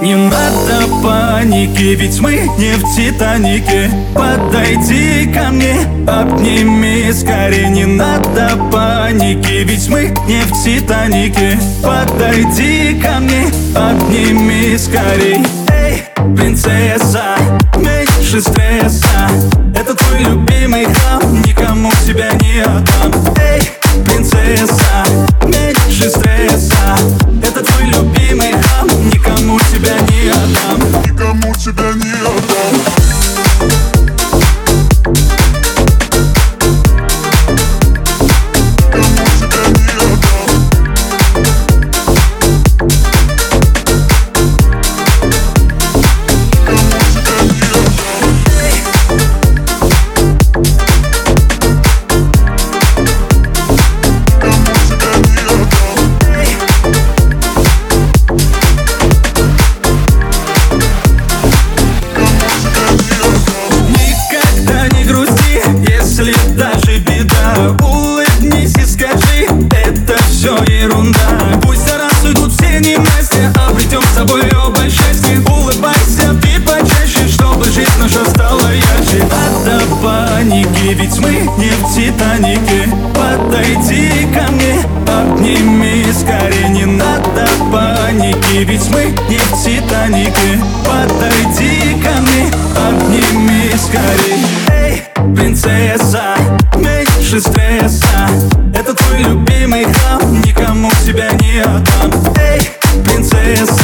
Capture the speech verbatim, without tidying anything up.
Не надо паники, ведь мы не в Титанике. Подойди ко мне, обними скорее. Не надо паники, ведь мы не в Титанике. Подойди ко мне, обними скорей. Эй, принцесса, меньше стресса. Это твой любимый храм, никому тебя не отдам. Эй, принцесса, меньше стресса. Это твой любимый храм, никому тебя не отдам. Никому тебя не отдам. Даже беда, улыбнись и скажи, это все ерунда. Пусть за раз уйдут все ненастья, обретем с собой оба счастье. Улыбайся ты почаще, чтобы жизнь наша стала ярче. Надо паники, ведь мы не в Титанике. Подойди ко мне, обними скорее. Не надо паники, ведь мы не в Титанике. Подойди ко мне, обними скорее. Эй, принцесса, меньше стресса. Это твой любимый храм, никому тебя не отдам. Эй, принцесса,